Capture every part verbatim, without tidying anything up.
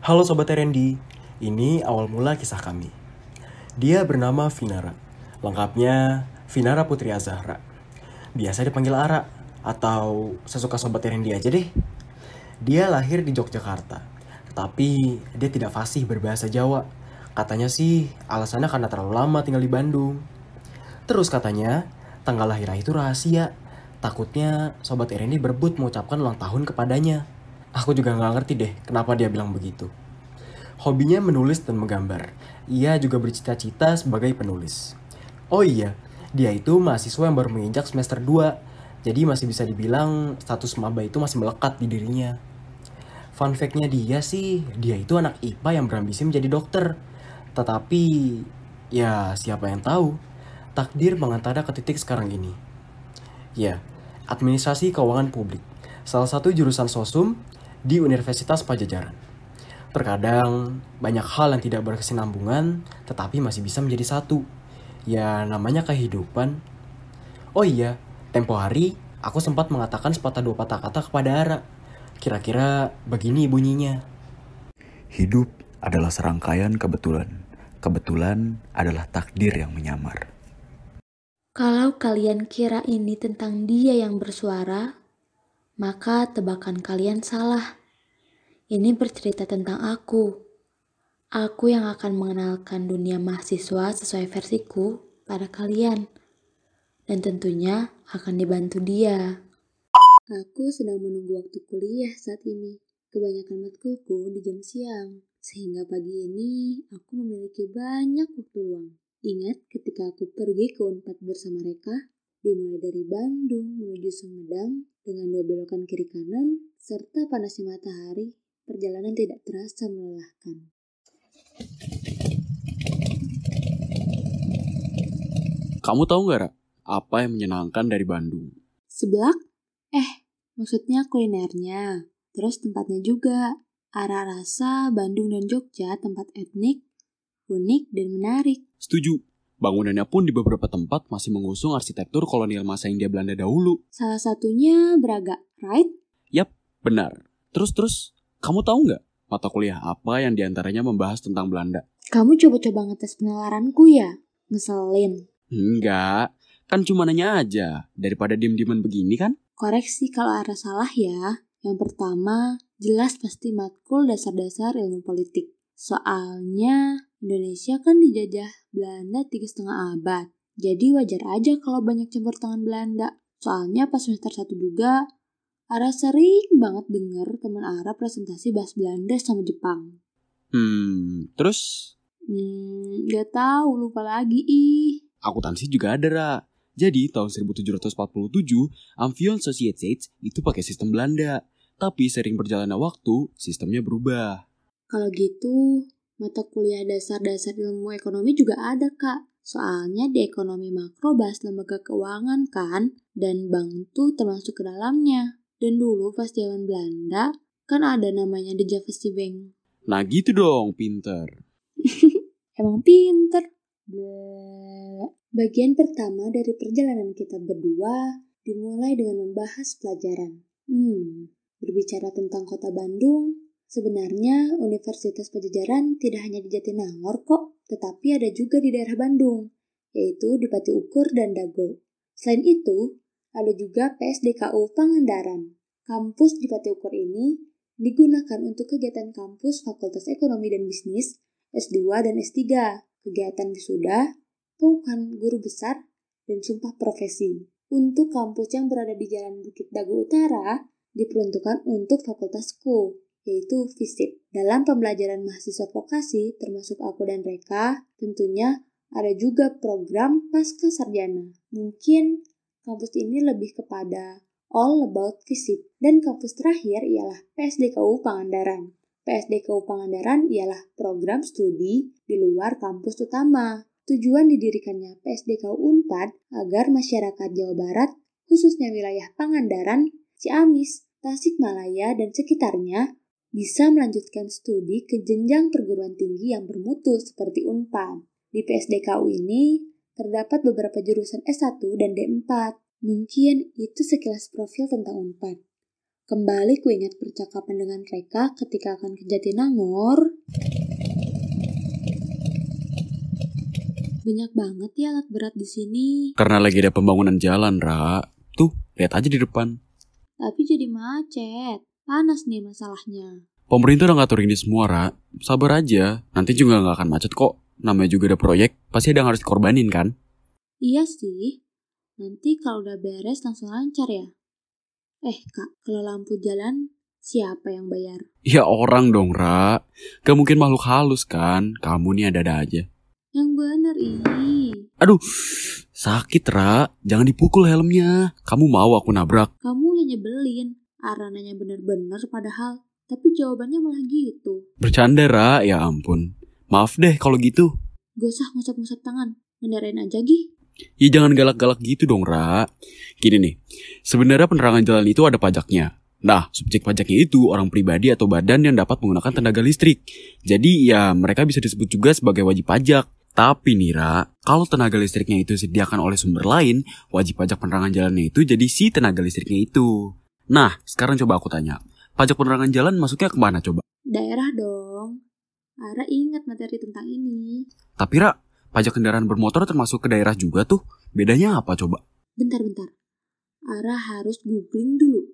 Halo Sobat Randy, ini awal mula kisah kami. Dia bernama Vinara, lengkapnya Vinara Putri Azahra. Biasa dipanggil Ara, atau sesuka Sobat Randy aja deh. Dia lahir di Yogyakarta, tetapi dia tidak fasih berbahasa Jawa. Katanya sih alasannya karena terlalu lama tinggal di Bandung. Terus katanya, tanggal lahirnya itu rahasia. Takutnya Sobat Randy berebut mengucapkan ulang tahun kepadanya. Aku juga gak ngerti deh kenapa dia bilang begitu. Hobinya menulis dan menggambar. Ia juga bercita-cita sebagai penulis. Oh iya, dia itu mahasiswa yang baru menginjak semester dua. Jadi masih bisa dibilang status maba itu masih melekat di dirinya. Fun fact-nya dia sih, dia itu anak I P A yang berambisi menjadi dokter. Tetapi, ya siapa yang tahu, takdir mengantarnya ke titik sekarang ini. Ya, administrasi keuangan publik. Salah satu jurusan sosum di Universitas Pajajaran. Terkadang banyak hal yang tidak berkesinambungan tetapi masih bisa menjadi satu. Ya namanya kehidupan. Oh iya, tempo hari aku sempat mengatakan sepatah dua patah kata kepada Ara. Kira-kira begini bunyinya. Hidup adalah serangkaian kebetulan. Kebetulan adalah takdir yang menyamar. Kalau kalian kira ini tentang dia yang bersuara, maka tebakan kalian salah. Ini bercerita tentang aku. Aku yang akan mengenalkan dunia mahasiswa sesuai versiku pada kalian. Dan tentunya akan dibantu dia. Aku sedang menunggu waktu kuliah saat ini. Kebanyakan matkulku di jam siang. Sehingga pagi ini aku memiliki banyak waktu luang. Ingat ketika aku pergi ke Unpad bersama mereka, dimulai dari Bandung menuju Sumedang dengan dua belokan kiri kanan, serta panasnya matahari, perjalanan tidak terasa melelahkan. Kamu tahu nggak, Ra? Apa yang menyenangkan dari Bandung? Seblak? Eh, maksudnya kulinernya. Terus tempatnya juga. Arah rasa Bandung dan Jogja tempat etnik, unik, dan menarik. Setuju. Bangunannya pun di beberapa tempat masih mengusung arsitektur kolonial masa Hindia Belanda dahulu. Salah satunya Braga, right? Yap, benar. Terus-terus, kamu tahu nggak mata kuliah apa yang diantaranya membahas tentang Belanda? Kamu coba-coba ngetes penalaranku ya? Ngeselin. Enggak, kan cuma nanya aja. Daripada diem-dieman begini kan? Koreksi kalau arah salah ya. Yang pertama, jelas pasti matkul dasar-dasar ilmu politik. Soalnya Indonesia kan dijajah Belanda tiga setengah abad. Jadi wajar aja kalau banyak campur tangan Belanda. Soalnya pas semester satu juga, Ara sering banget denger teman Ara presentasi bahas Belanda sama Jepang. Hmm, terus? Hmm, gak tahu, lupa lagi ih. Akuntansi juga ada, Ra. Jadi tahun seribu tujuh ratus empat puluh tujuh, Amphion Societies itu pakai sistem Belanda. Tapi sering berjalannya waktu, sistemnya berubah. Kalau gitu, mata kuliah dasar-dasar ilmu ekonomi juga ada, Kak. Soalnya di ekonomi makro bahas lembaga keuangan kan, dan bank tuh termasuk ke dalamnya. Dan dulu pas zaman Belanda, kan ada namanya The Javasti Bank. Nah gitu dong, pinter. Emang pinter. Bleh. Bagian pertama dari perjalanan kita berdua dimulai dengan membahas pelajaran. Hmm, berbicara tentang kota Bandung, sebenarnya Universitas Pajajaran tidak hanya di Jatinangor kok, tetapi ada juga di daerah Bandung, yaitu di Pati Ukur dan Dago. Selain itu, ada juga P S D K U Pangandaran. Kampus di Pati Ukur ini digunakan untuk kegiatan kampus Fakultas Ekonomi dan Bisnis, S dua dan S tiga, kegiatan wisuda, pengukuhan guru besar, dan sumpah profesi. Untuk kampus yang berada di Jalan Bukit Dago Utara, diperuntukkan untuk fakultasku, yaitu FISIP. Dalam pembelajaran mahasiswa vokasi, termasuk aku dan Reka, tentunya ada juga program pasca sarjana. Mungkin kampus ini lebih kepada all about FISIP. Dan kampus terakhir ialah P S D K U Pangandaran. P S D K U Pangandaran ialah program studi di luar kampus utama. Tujuan didirikannya P S D K U Unpad agar masyarakat Jawa Barat, khususnya wilayah Pangandaran, Ciamis, Tasikmalaya, dan sekitarnya, bisa melanjutkan studi ke jenjang perguruan tinggi yang bermutu seperti Unpad. Di P S D K U ini, terdapat beberapa jurusan S satu dan D empat. Mungkin itu sekilas profil tentang Unpad. Kembali kuingat percakapan dengan Reka ketika akan ke Jatinangor. Banyak banget ya alat berat di sini. Karena lagi ada pembangunan jalan, Ra. Tuh, lihat aja di depan. Tapi jadi macet. Panas nih masalahnya. Pemerintah udah ngaturin ini semua, Ra. Sabar aja, nanti juga gak akan macet kok. Namanya juga ada proyek, pasti ada yang harus dikorbanin kan? Iya sih. Nanti kalau udah beres langsung lancar ya. Eh kak, kalau lampu jalan siapa yang bayar? Ya orang dong, Ra. Gak mungkin makhluk halus kan? Kamu nih ada-ada aja. Yang bener ini. Aduh, sakit, Ra. Jangan dipukul helmnya. Kamu mau aku nabrak? Kamu yang nyebelin. Arananya bener-bener padahal. Tapi jawabannya malah gitu. Bercanda, Ra. Ya ampun. Maaf deh kalau gitu. Gak usah ngusap-ngusap tangan. Ngendarain aja, Gi. Ya jangan galak-galak gitu dong, Ra. Gini nih, sebenarnya penerangan jalan itu ada pajaknya. Nah, subjek pajaknya itu orang pribadi atau badan yang dapat menggunakan tenaga listrik. Jadi ya mereka bisa disebut juga sebagai wajib pajak. Tapi nih, Ra, kalau tenaga listriknya itu disediakan oleh sumber lain, wajib pajak penerangan jalannya itu jadi si tenaga listriknya itu. Nah, sekarang coba aku tanya, pajak penerangan jalan masuknya kemana coba? Daerah dong. Ara ingat materi tentang ini. Tapi, Ra, pajak kendaraan bermotor termasuk ke daerah juga tuh. Bedanya apa coba? Bentar-bentar. Ara harus googling dulu.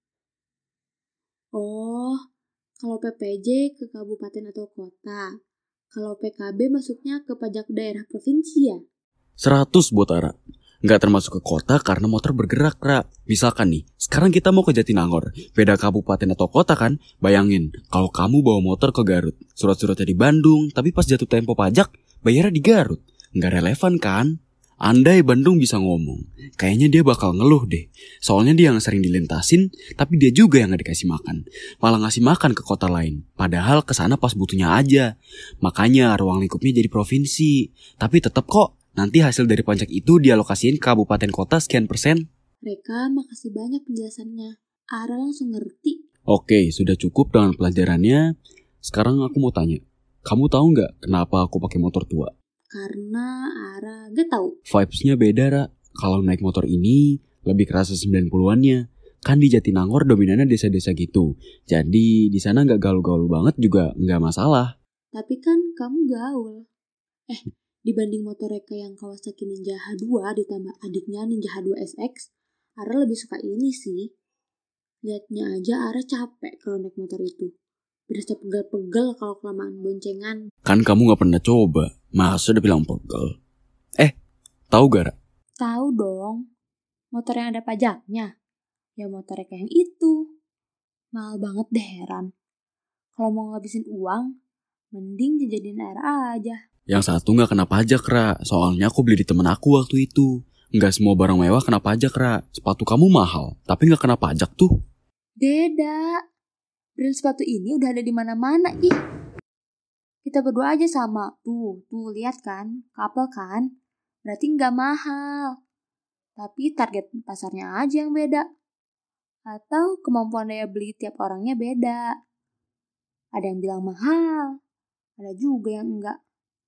Oh, kalau P P J ke kabupaten atau kota. Kalau P K B masuknya ke pajak daerah provinsi ya? seratus buat Ara. Nggak termasuk ke kota karena motor bergerak, Ra. Misalkan nih, sekarang kita mau ke Jatinangor. Beda kabupaten atau kota kan? Bayangin, kalau kamu bawa motor ke Garut. Surat-suratnya di Bandung, tapi pas jatuh tempo pajak, bayarnya di Garut. Nggak relevan kan? Andai Bandung bisa ngomong, kayaknya dia bakal ngeluh deh. Soalnya dia yang sering dilintasin, tapi dia juga yang gak dikasih makan. Malah ngasih makan ke kota lain. Padahal kesana pas butuhnya aja. Makanya ruang lingkupnya jadi provinsi. Tapi tetap kok, nanti hasil dari pajak itu dialokasiin ke kabupaten kota sekian persen. Reka, makasih banyak penjelasannya. Ara langsung ngerti. Oke, sudah cukup dengan pelajarannya. Sekarang aku mau tanya, kamu tahu nggak kenapa aku pakai motor tua? Karena Ara gak tahu. Vibes-nya beda, Ra. Kalau naik motor ini, lebih kerasa sembilan puluhan-nya. Kan di Jatinangor dominannya desa-desa gitu. Jadi di sana nggak gaul-gaul banget juga nggak masalah. Tapi kan kamu gaul. Eh, dibanding motor Reka yang Kawasaki Ninja H dua ditambah adiknya Ninja H dua S X, Ara lebih suka ini sih. Lihatnya aja Ara capek kalau naik motor itu. Berasa pegel-pegel kalau kelamaan boncengan. Kan kamu nggak pernah coba. Masa udah bilang pegel? Eh, tahu gak, Ra? Tahu dong. Motor yang ada pajaknya. Ya motor Reka yang itu. Mahal banget deh, heran. Kalau mau ngabisin uang, mending jajanin air aja. Yang satu nggak kena pajak, Ra. Soalnya aku beli di temen aku waktu itu. Nggak semua barang mewah kena pajak, Ra. Sepatu kamu mahal, tapi nggak kena pajak tuh. Beda. Brand sepatu ini udah ada di mana-mana, ih. Kita berdua aja sama. Tuh, tuh lihat kan, couple kan. Berarti nggak mahal. Tapi target pasarnya aja yang beda. Atau kemampuan daya beli tiap orangnya beda. Ada yang bilang mahal, ada juga yang enggak.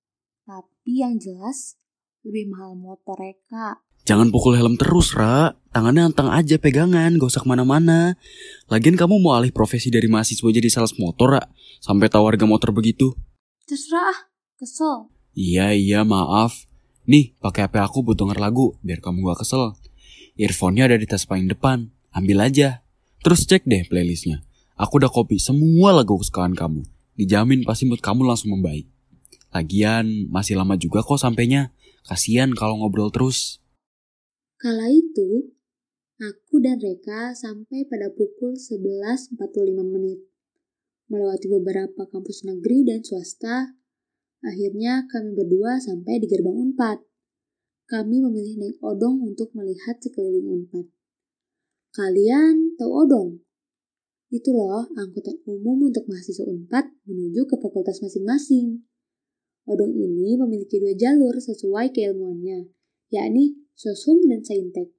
Tapi yang jelas, lebih mahal motor Reka. Jangan pukul helm terus, Ra. Tangannya anteng aja pegangan, gak usah kemana-mana. Lagian kamu mau alih profesi dari mahasiswa jadi sales motor, Ra. Sampai tahu harga motor begitu. Terserah ah, kesel. Iya, iya, maaf. Nih, pakai H P aku buat denger lagu, biar kamu gak kesel. Earphone-nya ada di tas paling depan. Ambil aja. Terus cek deh playlistnya. Aku udah copy semua lagu kesukaan kamu. Dijamin pasti mood kamu langsung membaik. Lagian, masih lama juga kok sampainya. Kasian kalau ngobrol terus. Kala itu, aku dan Reka sampai pada pukul sebelas empat puluh lima menit. Melewati beberapa kampus negeri dan swasta, akhirnya kami berdua sampai di gerbang Unpad. Kami memilih naik odong untuk melihat sekeliling Unpad. Kalian tahu odong? Itu loh angkutan umum untuk mahasiswa Unpad menuju ke fakultas masing-masing. Odong ini memiliki dua jalur sesuai keilmuannya, yakni Soshum dan Saintek.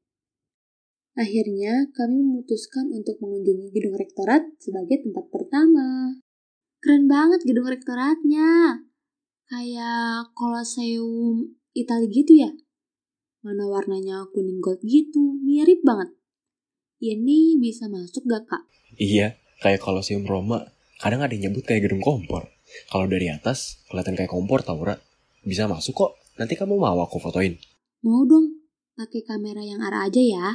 Akhirnya kami memutuskan untuk mengunjungi gedung rektorat sebagai tempat pertama. Keren banget gedung rektoratnya. Kayak Colosseum Italia gitu ya. Mana warnanya kuning gold gitu, mirip banget. Ini bisa masuk gak, Kak? Iya, kayak Colosseum Roma. Kadang ada yang nyebut kayak gedung kompor. Kalau dari atas, kelihatan kayak kompor tau, Ra. Bisa masuk kok. Nanti kamu mau aku fotoin? Mau dong, pakai kamera yang arah aja ya.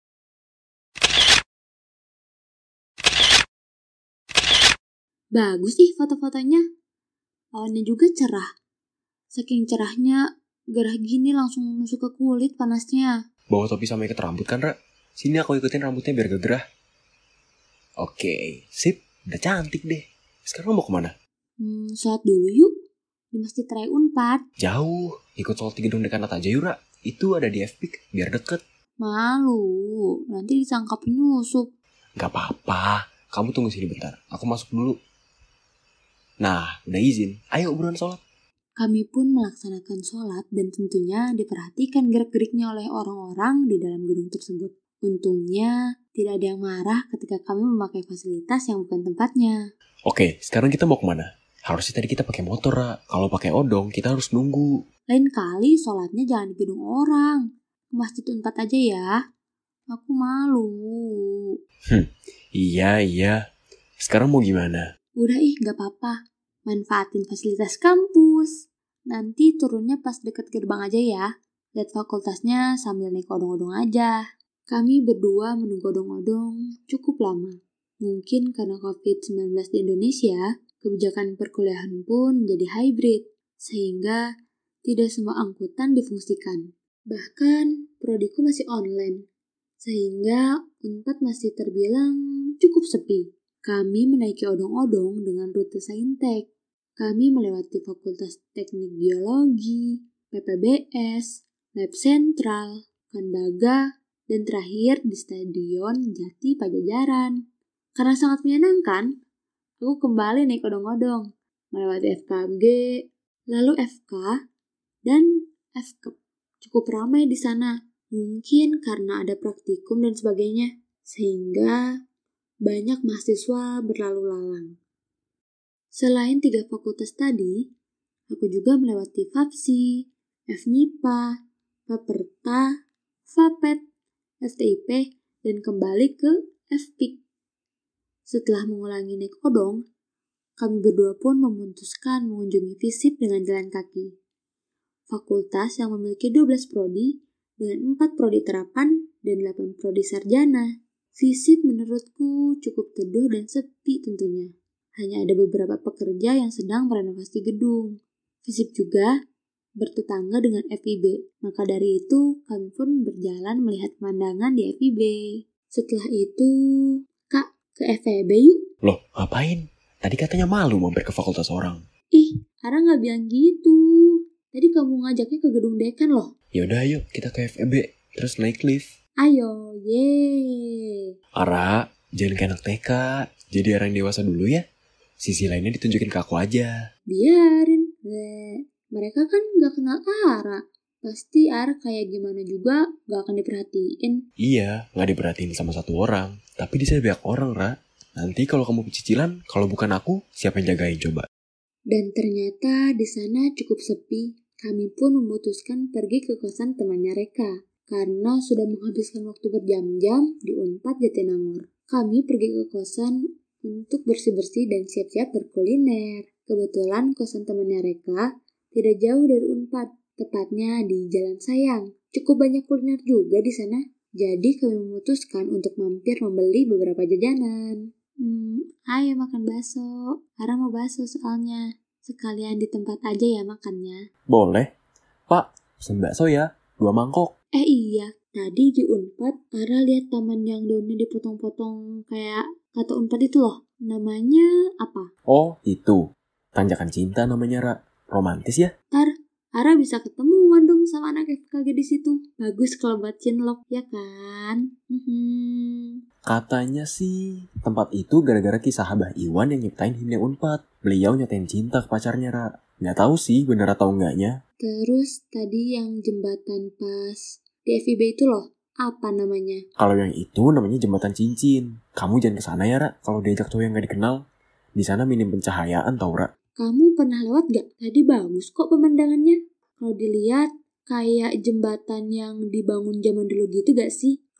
Bagus sih foto-fotonya. Awannya juga cerah. Saking cerahnya, gerah gini langsung menusuk ke kulit panasnya. Bawa topi sama ikat rambut kan, Ra? Sini aku ikutin rambutnya biar gak gerah. Oke, sip. Udah cantik deh. Sekarang mau kemana? Hmm, sholat dulu yuk. Di Masjid Raya Unpad. Jauh. Ikut sholat di gedung dekanat aja yuk, Ra. Itu ada di F P I C, biar deket. Malu, nanti disangka penyusup. Gak apa-apa. Kamu tunggu sini bentar. Aku masuk dulu. Nah, udah izin. Ayo buruan sholat. Kami pun melaksanakan sholat dan tentunya diperhatikan gerak-geriknya oleh orang-orang di dalam gedung tersebut. Untungnya, tidak ada yang marah ketika kami memakai fasilitas yang bukan tempatnya. Oke, sekarang kita mau kemana? Harusnya tadi kita pakai motor, Ra. Kalau pakai odong, kita harus nunggu. Lain kali sholatnya jangan di gedung orang. Ke Masjid Unpad aja ya. Aku malu. Hmm, iya, iya. Sekarang mau gimana? Udah ih, gak apa-apa. Manfaatin fasilitas kampus. Nanti turunnya pas deket gerbang aja ya. Lihat fakultasnya sambil naik odong-odong aja. Kami berdua menunggu odong-odong cukup lama. Mungkin karena covid sembilan belas di Indonesia, kebijakan perkuliahan pun menjadi hybrid. Sehingga tidak semua angkutan difungsikan. Bahkan, prodiku masih online. Sehingga Unpad masih terbilang cukup sepi. Kami menaiki odong-odong dengan rute Saintek. Kami melewati Fakultas Teknik Biologi, P P B S, Lab Sentral, Kandaga, dan terakhir di Stadion Jati Pajajaran. Karena sangat menyenangkan, aku kembali naik odong-odong, melewati F K G, lalu F K, dan F K. Cukup ramai di sana, mungkin karena ada praktikum dan sebagainya, sehingga banyak mahasiswa berlalu lalang. Selain tiga fakultas tadi, aku juga melewati FAPSI, F M I P A, Faperta, Fapet, F T I P, dan kembali ke F P I C. Setelah mengulangi naik odong, kami berdua pun memutuskan mengunjungi FISIP dengan jalan kaki. Fakultas yang memiliki dua belas prodi dengan empat prodi terapan dan delapan prodi sarjana. FISIP menurutku cukup teduh dan sepi tentunya. Hanya ada beberapa pekerja yang sedang merenovasi gedung. FISIP juga bertetangga dengan F I B. Maka dari itu, kami pun berjalan melihat pemandangan di F I B. Setelah itu, Kak, ke F E B yuk. Loh, ngapain? Tadi katanya malu mampir ke fakultas orang. Ih, Ara nggak bilang gitu. Tadi kamu ngajaknya ke gedung dekan loh. Yaudah ayo, kita ke F E B. Terus naik lift. Ayo, yeay. Ara, jangan kayak anak T K. Jadi orang dewasa dulu ya. Sisi lainnya ditunjukin ke aku aja. Biarin, Bleh. Mereka kan gak kenal Ara. Pasti Ara kayak gimana juga gak akan diperhatiin. Iya, gak diperhatiin sama satu orang. Tapi di sini banyak orang, Ra. Nanti kalau kamu pecicilan, kalau bukan aku, siapa yang jagain coba? Dan ternyata di sana cukup sepi. Kami pun memutuskan pergi ke kosan temannya Reka. Karena sudah menghabiskan waktu berjam-jam di Unpad Jatinangor. Kami pergi ke kosan untuk bersih-bersih dan siap-siap berkuliner. Kebetulan kosan temannya Reka tidak jauh dari Unpad, tepatnya di Jalan Sayang. Cukup banyak kuliner juga di sana. Jadi kami memutuskan untuk mampir membeli beberapa jajanan. Hmm, ayo makan bakso. Ara mau bakso soalnya. Sekalian di tempat aja ya makannya. Boleh. Pak, pesen bakso ya. Dua mangkok. Eh iya, tadi di Unpad Ara lihat taman yang daunnya dipotong-potong kayak kata Unpad itu loh. Namanya apa? Oh, itu. Tanjakan Cinta namanya, Ra. Romantis ya? Ntar Ara bisa ketemuan dong sama anak F K G di situ. Bagus kalau buat cinlok, ya kan? Hmm. Katanya sih tempat itu gara-gara kisah Abah Iwan yang nyiptain himne Unpad. Beliau nyatain cinta ke pacarnya, Ra. Nggak tahu sih bener atau enggaknya. Terus tadi yang jembatan pas di F I B itu loh, apa namanya? Kalau yang itu namanya jembatan cincin. Kamu jangan kesana ya, Ra. Kalau diajak cowok yang nggak dikenal. Di sana minim pencahayaan tau, Ra. Kamu pernah lewat gak? Tadi bagus kok pemandangannya. Kalau dilihat kayak jembatan yang dibangun zaman dulu gitu gak sih?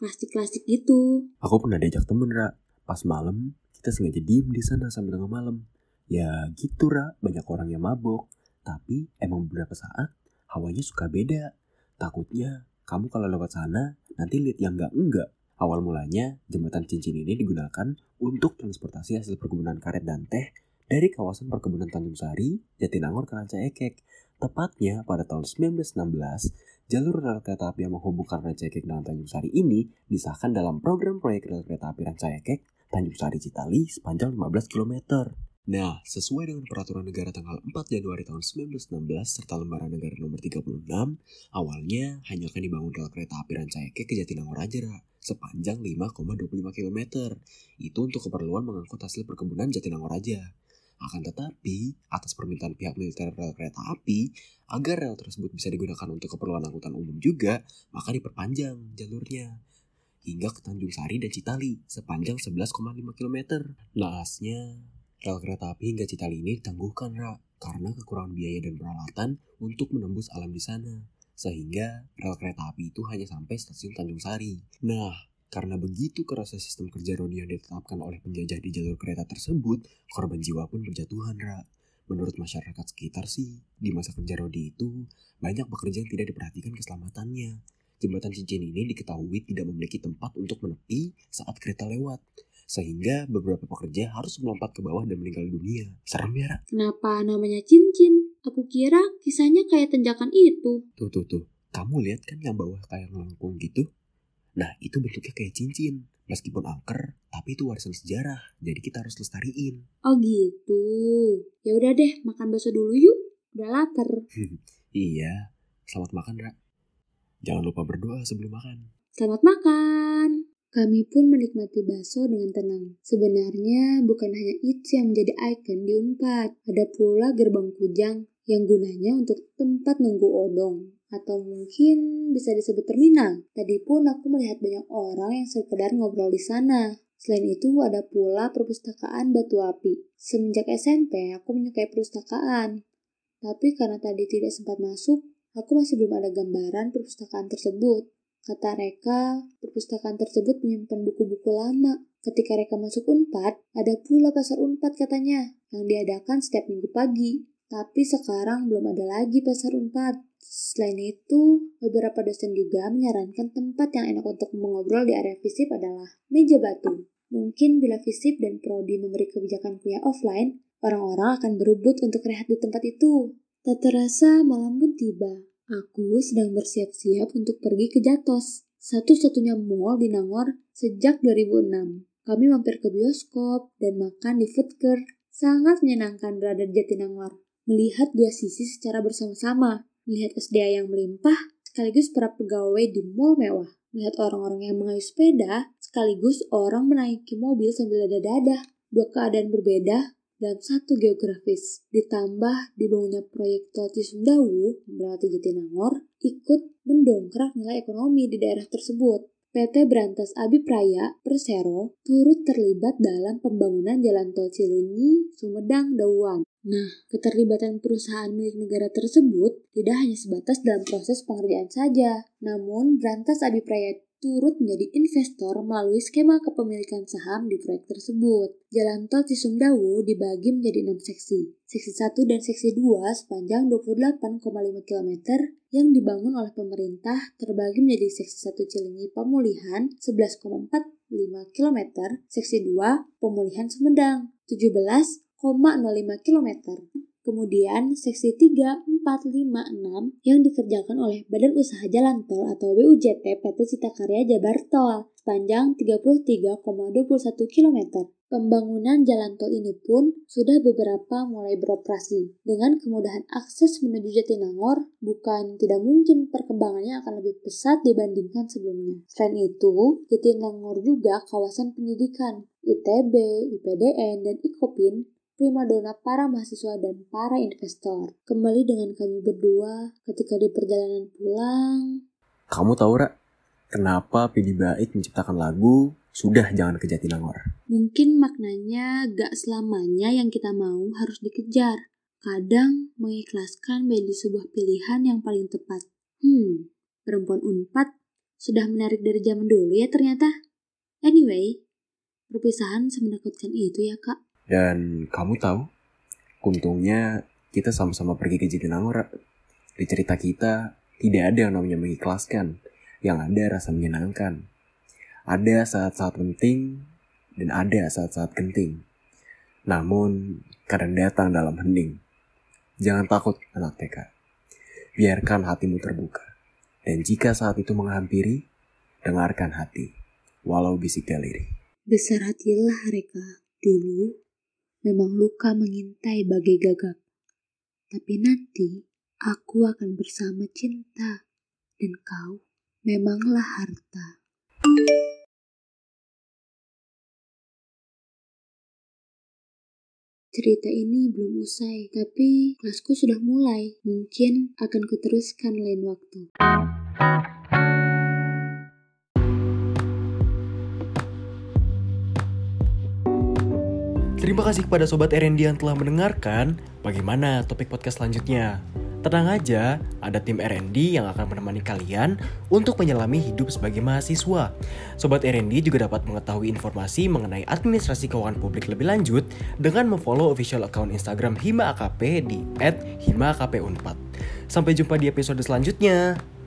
klasik-klasik gitu. Aku pernah diajak temen, Ra. Pas malam, kita sengaja diem di sana sampai tengah malam. Ya gitu, Ra. Banyak orang yang mabok. Tapi emang beberapa saat hawanya suka beda. Takutnya kamu kalau lewat sana nanti lihat yang enggak-enggak. Awal mulanya jembatan cincin ini digunakan untuk transportasi hasil perkebunan karet dan teh dari kawasan perkebunan Tanjung Sari, Jatinangor ke Rancaekek. Tepatnya pada tahun sembilan belas enam belas, jalur rel kereta api yang menghubungkan Rancaekek dengan Tanjung Sari ini disahkan dalam program proyek rel kereta api Rancaekek Tanjung Sari Citali sepanjang lima belas kilometer. Nah, sesuai dengan Peraturan Negara tanggal empat Januari tahun sembilan belas enam belas serta Lembaran Negara nomor tiga puluh enam, awalnya hanya akan dibangun rel kereta api Rancaekek ke Jatinangor aja, Ra, sepanjang lima koma dua puluh lima kilometer. Itu untuk keperluan mengangkut hasil perkebunan Jatinangor aja. Akan tetapi, atas permintaan pihak militer rel kereta api, agar rel tersebut bisa digunakan untuk keperluan angkutan umum juga, maka diperpanjang jalurnya hingga ke Tanjung Sari dan Citali sepanjang sebelas koma lima kilometer. Naasnya, rel kereta api hingga Citali ini ditangguhkan, Ra, karena kekurangan biaya dan peralatan untuk menembus alam di sana. Sehingga rel kereta api itu hanya sampai stasiun Tanjung Sari. Nah, karena begitu kerasnya sistem kerja rodi yang ditetapkan oleh penjajah di jalur kereta tersebut, korban jiwa pun berjatuhan, Ra. Menurut masyarakat sekitar sih, di masa kerja rodi itu, banyak pekerja yang tidak diperhatikan keselamatannya. Jembatan cincin ini diketahui tidak memiliki tempat untuk menepi saat kereta lewat. Sehingga beberapa pekerja harus melompat ke bawah dan meninggal dunia. Serem ya, Ra? Kenapa namanya cincin? Aku kira kisahnya kayak tanjakan itu. Tuh, tuh, tuh. Kamu lihat kan yang bawah kayak melengkung gitu? Nah, itu bentuknya kayak cincin. Meskipun angker, tapi itu warisan sejarah. Jadi kita harus lestariin. Oh gitu. Ya udah deh, makan bakso dulu yuk. Udah lapar. Iya, selamat makan, Ra. Jangan lupa berdoa sebelum makan. Selamat makan. Kami pun menikmati bakso dengan tenang. Sebenarnya bukan hanya itu yang menjadi ikon di Unpad. Ada pula gerbang Kujang yang gunanya untuk tempat nunggu odong. Atau mungkin bisa disebut terminal. Tadi pun aku melihat banyak orang yang sekedar ngobrol di sana. Selain itu ada pula perpustakaan Batu Api. Semenjak S M P aku menyukai perpustakaan. Tapi karena tadi tidak sempat masuk, aku masih belum ada gambaran perpustakaan tersebut. Kata Reka, perpustakaan tersebut menyimpan buku-buku lama. Ketika Reka masuk Unpad, ada pula pasar Unpad katanya, yang diadakan setiap minggu pagi. Tapi sekarang belum ada lagi pasar Unpad. Selain itu, beberapa dosen juga menyarankan tempat yang enak untuk mengobrol di area FISIP adalah meja batu. Mungkin bila FISIP dan Prodi memberi kebijakan kuliah offline, orang-orang akan berebut untuk rehat di tempat itu. Tak terasa malam pun tiba. Aku sedang bersiap-siap untuk pergi ke Jatos, satu-satunya mall di Nangor sejak dua ribu enam. Kami mampir ke bioskop dan makan di food court. Sangat menyenangkan berada di Jatinangor. Melihat dua sisi secara bersama-sama. Melihat S D A yang melimpah, sekaligus para pegawai di mall mewah. Melihat orang-orang yang mengayuh sepeda, sekaligus orang menaiki mobil sambil dadah-dadah. Dua keadaan berbeda dalam satu geografis. Ditambah dibangunnya proyek tol Cisumdawu melewati Jatinangor, ikut mendongkrak nilai ekonomi di daerah tersebut. P T Berantas Abipraya Persero turut terlibat dalam pembangunan jalan tol Cilunyi, Sumedang, Dauan. Nah, keterlibatan perusahaan milik negara tersebut tidak hanya sebatas dalam proses pengerjaan saja, namun Berantas Abipraya turut menjadi investor melalui skema kepemilikan saham di proyek tersebut. Jalan tol Cisumdawu dibagi menjadi enam seksi. Seksi satu dan seksi dua sepanjang dua puluh delapan koma lima kilometer yang dibangun oleh pemerintah terbagi menjadi seksi satu Cilenyi Pemulihan sebelas koma empat lima kilometer, seksi dua Pemulihan Sumedang tujuh belas koma nol lima kilometer. Kemudian seksi tiga, empat, lima, enam yang dikerjakan oleh Badan Usaha Jalan Tol atau B U J T P T Citakarya Jabar Tol sepanjang tiga puluh tiga koma dua puluh satu kilometer. Pembangunan jalan tol ini pun sudah beberapa mulai beroperasi. Dengan kemudahan akses menuju Jatinangor, bukan tidak mungkin perkembangannya akan lebih pesat dibandingkan sebelumnya. Selain itu, Jatinangor juga kawasan pendidikan. I T B, I P D N, dan I K O P I N primadona para mahasiswa dan para investor. Kembali dengan kami berdua ketika di perjalanan pulang. Kamu tahu, Ra, kenapa Pedi Bait menciptakan lagu Sudah Jangan ke Jatinangor? Mungkin maknanya gak selamanya yang kita mau harus dikejar. Kadang mengikhlaskan menjadi sebuah pilihan yang paling tepat. Hmm, perempuan Unpad Sudah menarik dari zaman dulu ya ternyata. Anyway, perpisahan semenakutkan itu ya kak. Dan kamu tahu, untungnya kita sama-sama pergi ke Jatinangor. Di cerita kita, tidak ada yang namanya mengikhlaskan, yang ada rasa menyenangkan. Ada saat-saat penting, dan ada saat-saat genting. Namun, kadang datang dalam hening. Jangan takut, anak T K. Biarkan hatimu terbuka. Dan jika saat itu menghampiri, dengarkan hati, walau bisik daliri. Besar hatilah Reka. Dulu, memang luka mengintai bagai gagap. Tapi nanti, aku akan bersama cinta. Dan kau, memanglah harta. Cerita ini belum usai, tapi kelasku sudah mulai. Mungkin akan kuteruskan lain waktu. Terima kasih kepada Sobat R and D yang telah mendengarkan. Bagaimana topik podcast selanjutnya? Tenang aja, ada tim R and D yang akan menemani kalian untuk menyelami hidup sebagai mahasiswa. Sobat R and D juga dapat mengetahui informasi mengenai administrasi keuangan publik lebih lanjut dengan memfollow official account Instagram Hima A K P di et hima a k p unpad. Sampai jumpa di episode selanjutnya.